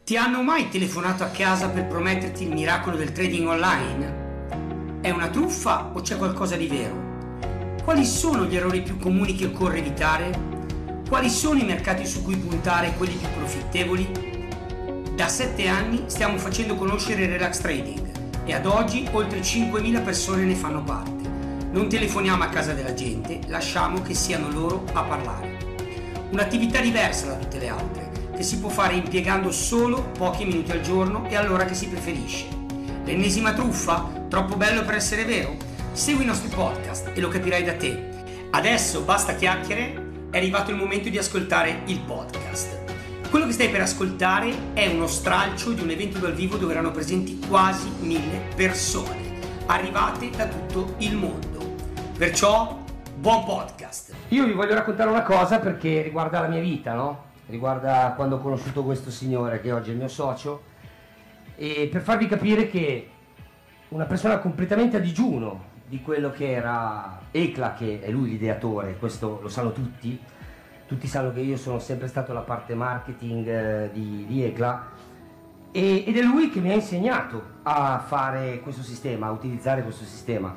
Ti hanno mai telefonato a casa per prometterti il miracolo del trading online? È una truffa o c'è qualcosa di vero? Quali sono gli errori più comuni che occorre evitare? Quali sono i mercati su cui puntare e quelli più profittevoli? Da 7 anni stiamo facendo conoscere il Relax Trading e ad oggi oltre 5.000 persone ne fanno parte. Non telefoniamo a casa della gente, lasciamo che siano loro a parlare. Un'attività diversa da tutte le altre, che si può fare impiegando solo pochi minuti al giorno e all'ora che si preferisce. L'ennesima truffa? Troppo bello per essere vero? Segui i nostri podcast e lo capirai da te. Adesso basta chiacchiere, è arrivato il momento di ascoltare il podcast. Quello che stai per ascoltare è uno stralcio di un evento dal vivo dove erano presenti quasi 1.000 persone, arrivate da tutto il mondo. Perciò, buon podcast! Io vi voglio raccontare una cosa perché riguarda la mia vita, no? Riguarda quando ho conosciuto questo signore che oggi è il mio socio, e per farvi capire che una persona completamente a digiuno di quello che era ECLA, che è lui l'ideatore, questo lo sanno tutti sanno che io sono sempre stato la parte marketing di ECLA, ed è lui che mi ha insegnato a fare questo sistema, a utilizzare questo sistema.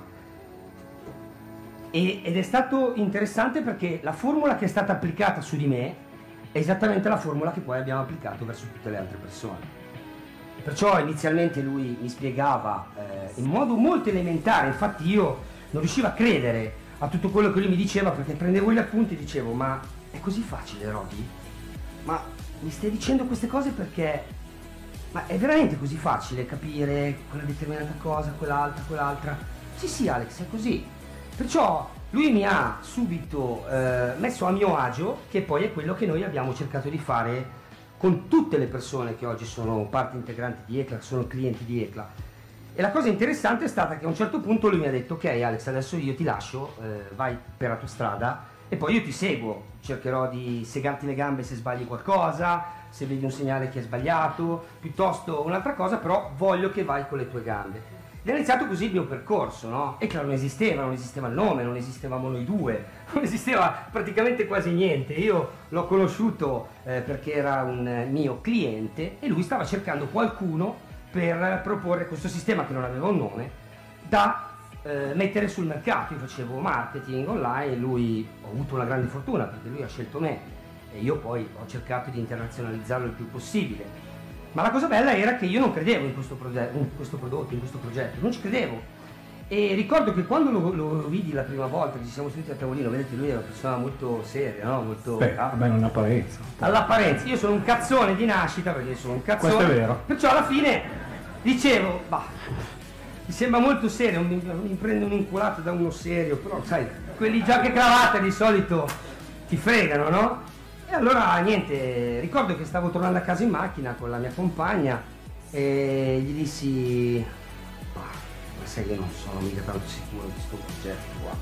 Ed è stato interessante perché la formula che è stata applicata su di me è esattamente la formula che poi abbiamo applicato verso tutte le altre persone. Perciò inizialmente lui mi spiegava in modo molto elementare, infatti io non riuscivo a credere a tutto quello che lui mi diceva, perché prendevo gli appunti e dicevo: ma è così facile, Rodi? Ma mi stai dicendo queste cose perché... ma è veramente così facile capire quella determinata cosa, quell'altra? Sì, Alex, è così. Perciò lui mi ha subito messo a mio agio, che poi è quello che noi abbiamo cercato di fare con tutte le persone che oggi sono parte integrante di ECLA, che sono clienti di ECLA. E la cosa interessante è stata che a un certo punto lui mi ha detto: ok Alex, adesso io ti lascio, vai per la tua strada e poi io ti seguo, cercherò di segarti le gambe se sbagli qualcosa, se vedi un segnale che è sbagliato, piuttosto un'altra cosa, però voglio che vai con le tue gambe. Ed è iniziato così il mio percorso, no? ECLA non esisteva il nome, non esistevamo noi due, non esisteva praticamente quasi niente. Io l'ho conosciuto perché era un mio cliente e lui stava cercando qualcuno per proporre questo sistema che non aveva un nome da mettere sul mercato. Io facevo marketing online e lui, ho avuto una grande fortuna perché lui ha scelto me e io poi ho cercato di internazionalizzarlo il più possibile. Ma la cosa bella era che io non credevo in questo prodotto, in questo progetto, non ci credevo. E ricordo che quando lo vidi la prima volta che ci siamo seduti a tavolino, vedete, lui era una persona molto seria, no? Molto... Beh, non apparenza. All'apparenza, io sono un cazzone di nascita, perché sono un cazzone. Questo è vero. Perciò alla fine dicevo: bah, mi sembra molto serio, mi prende un'inculata da uno serio, però sai, quelli giacche e cravatte di solito ti fregano, no? E allora niente, ricordo che stavo tornando a casa in macchina con la mia compagna e gli dissi: ma sai che non sono mica tanto sicuro di questo progetto qua,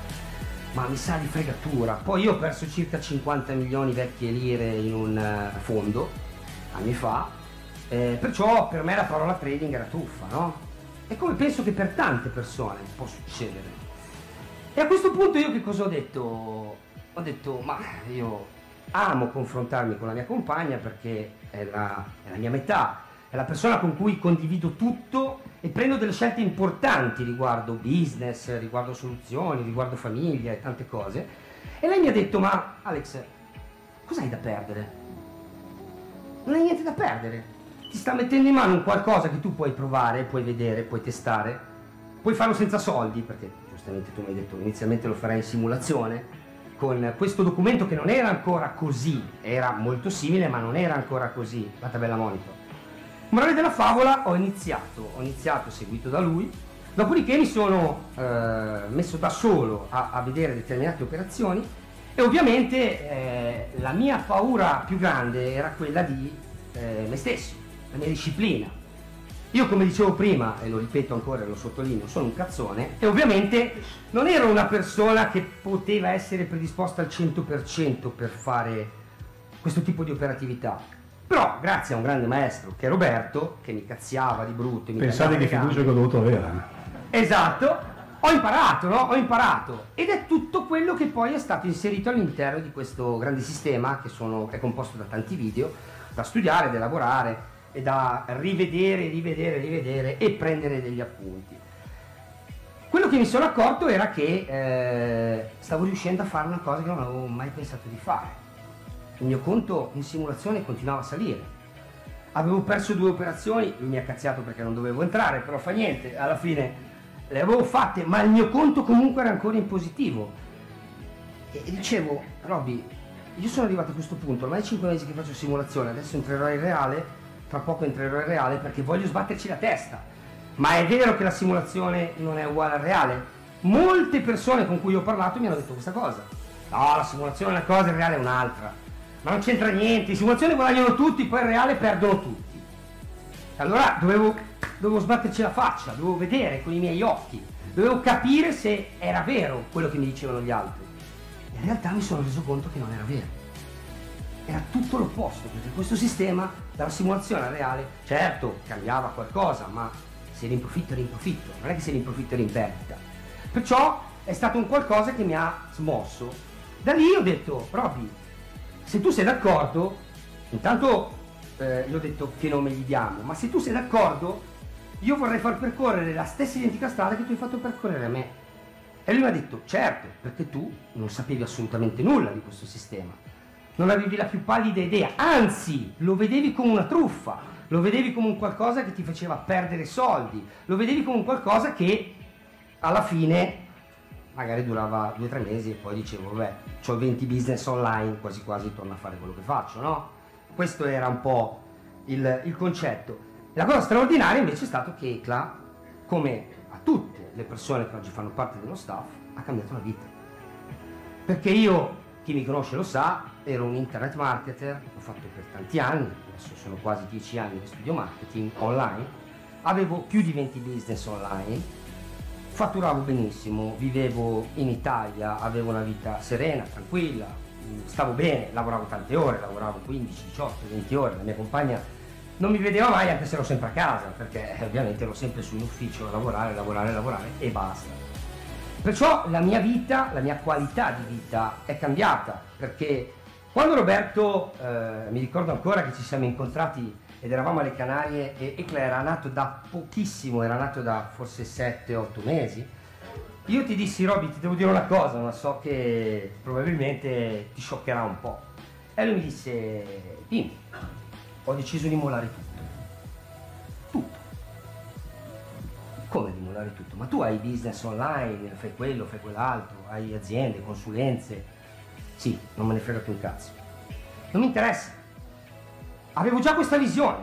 ma mi sa di fregatura. Poi io ho perso circa 50 milioni vecchie lire in un fondo anni fa, perciò per me la parola trading era truffa, no? E come penso che per tante persone può succedere. E a questo punto io che cosa ho detto? Ho detto: ma io amo confrontarmi con la mia compagna perché è la mia metà, è la persona con cui condivido tutto e prendo delle scelte importanti riguardo business, riguardo soluzioni, riguardo famiglia e tante cose. E lei mi ha detto: ma Alex, cos'hai da perdere? Non hai niente da perdere. Ti sta mettendo in mano un qualcosa che tu puoi provare, puoi vedere, puoi testare, puoi farlo senza soldi, perché giustamente tu mi hai detto inizialmente lo farai in simulazione, con questo documento che non era ancora così, era molto simile ma non era ancora così, la tabella monitor. Morale della favola, ho iniziato seguito da lui, dopodiché mi sono messo da solo a vedere determinate operazioni e ovviamente la mia paura più grande era quella di me stesso, la mia disciplina. Io, come dicevo prima, e lo ripeto ancora e lo sottolineo, sono un cazzone e ovviamente non ero una persona che poteva essere predisposta al 100% per fare questo tipo di operatività. Però grazie a un grande maestro che è Roberto, che mi cazziava di brutto. Pensate che fiducia che ho dovuto avere. Esatto, ho imparato, no? Ho imparato. Ed è tutto quello che poi è stato inserito all'interno di questo grande sistema che è composto da tanti video, da studiare, da elaborare e da rivedere e prendere degli appunti. Quello che mi sono accorto era che stavo riuscendo a fare una cosa che non avevo mai pensato di fare. Il mio conto in simulazione continuava a salire. Avevo perso 2 operazioni, lui mi ha cazziato perché non dovevo entrare, però fa niente, alla fine le avevo fatte, ma il mio conto comunque era ancora in positivo. E dicevo, Robby, io sono arrivato a questo punto, ormai 5 mesi che faccio simulazione, adesso entrerò in reale, tra poco entrerò in reale perché voglio sbatterci la testa. Ma è vero che la simulazione non è uguale al reale? Molte persone con cui ho parlato mi hanno detto questa cosa. No, la simulazione è una cosa, il reale è un'altra. Ma non c'entra niente, in simulazione guadagnano tutti, poi in reale perdono tutti. Allora dovevo sbatterci la faccia, dovevo vedere con i miei occhi, dovevo capire se era vero quello che mi dicevano gli altri. In realtà mi sono reso conto che non era vero. Era tutto l'opposto, perché questo sistema, dalla simulazione al reale, certo, cambiava qualcosa, ma se eri in profitto era in profitto, non è che se eri in profitto era in perdita. Perciò è stato un qualcosa che mi ha smosso. Da lì ho detto, Robby, se tu sei d'accordo, intanto gli ho detto che nome gli diamo, ma se tu sei d'accordo, io vorrei far percorrere la stessa identica strada che tu hai fatto percorrere a me. E lui mi ha detto, certo, perché tu non sapevi assolutamente nulla di questo sistema, non avevi la più pallida idea, anzi lo vedevi come una truffa, lo vedevi come un qualcosa che ti faceva perdere soldi, lo vedevi come un qualcosa che alla fine magari durava 2 o 3 mesi e poi dicevo, vabbè, ho 20 business online, quasi quasi torno a fare quello che faccio, no? Questo era un po' il concetto. La cosa straordinaria invece è stato che ECLA, come a tutte le persone che oggi fanno parte dello staff, ha cambiato la vita. Perché io, chi mi conosce lo sa, ero un internet marketer, l'ho fatto per tanti anni, adesso sono quasi 10 anni che studio marketing online, avevo più di 20 business online, fatturavo benissimo, vivevo in Italia, avevo una vita serena, tranquilla, stavo bene, lavoravo tante ore, lavoravo 15, 18, 20 ore, la mia compagna non mi vedeva mai anche se ero sempre a casa, perché ovviamente ero sempre su in ufficio a lavorare e basta. Perciò la mia vita, la mia qualità di vita è cambiata, perché quando Roberto, mi ricordo ancora che ci siamo incontrati ed eravamo alle Canarie e ECLA era nato da pochissimo, era nato da forse 7-8 mesi, io ti dissi, Robby, ti devo dire una cosa, ma so che probabilmente ti scioccherà un po'. E lui mi disse, dimmi, ho deciso di mollare tutto. Tutto. Come di mollare tutto? Ma tu hai business online, fai quello, fai quell'altro, hai aziende, consulenze. Sì, non me ne frega più un cazzo. Non mi interessa. Avevo già questa visione.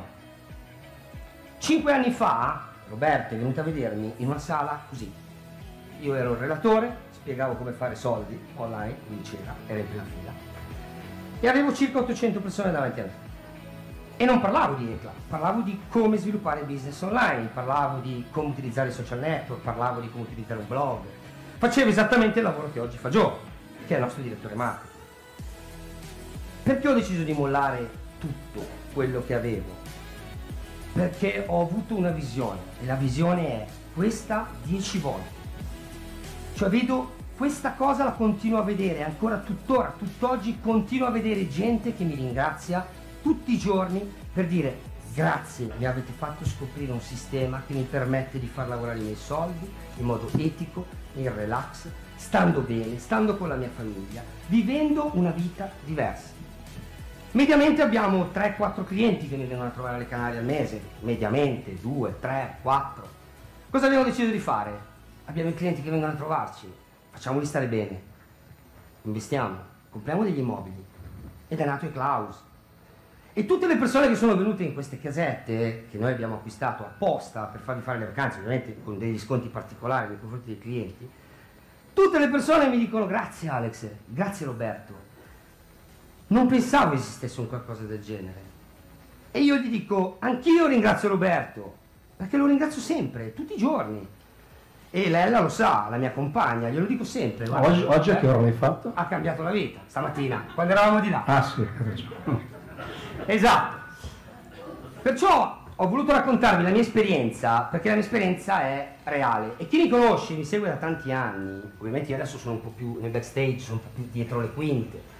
5 anni fa, Roberto è venuto a vedermi in una sala così. Io ero il relatore, spiegavo come fare soldi online, lui c'era, era in prima fila. E avevo circa 800 persone davanti a me. E non parlavo di ECLA, parlavo di come sviluppare business online, parlavo di come utilizzare i social network, parlavo di come utilizzare un blog. Facevo esattamente il lavoro che oggi fa Joe, che è il nostro direttore marketing. Perché ho deciso di mollare tutto quello che avevo? Perché ho avuto una visione, e la visione è questa 10 volte. Cioè vedo questa cosa, la continuo a vedere, ancora tuttora, tutt'oggi continuo a vedere gente che mi ringrazia tutti i giorni per dire grazie, mi avete fatto scoprire un sistema che mi permette di far lavorare i miei soldi in modo etico, in relax, stando bene, stando con la mia famiglia, vivendo una vita diversa. Mediamente abbiamo 3-4 clienti che mi vengono a trovare alle Canarie al mese, mediamente 2, 3, 4. Cosa abbiamo deciso di fare? Abbiamo i clienti che vengono a trovarci, facciamoli stare bene, investiamo, compriamo degli immobili ed è nato ECLA. E tutte le persone che sono venute in queste casette che noi abbiamo acquistato apposta per farvi fare le vacanze, ovviamente con degli sconti particolari nei confronti dei clienti, tutte le persone mi dicono grazie Alex, grazie Roberto, non pensavo esistesse un qualcosa del genere. E io gli dico, anch'io ringrazio Roberto, perché lo ringrazio sempre, tutti i giorni. E Lella lo sa, la mia compagna, glielo dico sempre. Guarda, oggi a che ora l'hai fatto? Ha cambiato la vita, stamattina, quando eravamo di là. Ah sì, esatto. Perciò ho voluto raccontarvi la mia esperienza, perché la mia esperienza è reale. E chi mi conosce, mi segue da tanti anni, ovviamente io adesso sono un po' più nel backstage, sono un po' più dietro le quinte,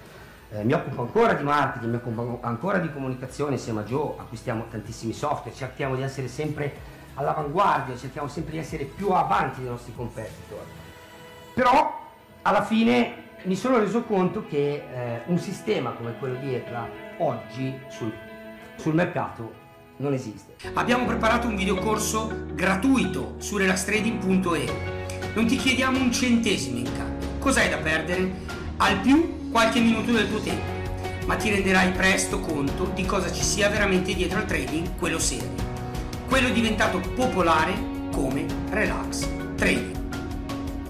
mi occupo ancora di marketing, mi occupo ancora di comunicazione insieme a Joe, acquistiamo tantissimi software, cerchiamo di essere sempre all'avanguardia, cerchiamo sempre di essere più avanti dei nostri competitor. Però alla fine mi sono reso conto che un sistema come quello di EPLA oggi sul mercato non esiste. Abbiamo preparato un videocorso gratuito su relaxtrading.eu. Non ti chiediamo un centesimo in cambio. Cos'hai da perdere? Al più qualche minuto del tuo tempo, ma ti renderai presto conto di cosa ci sia veramente dietro al trading, quello serio, quello diventato popolare come Relax Trading.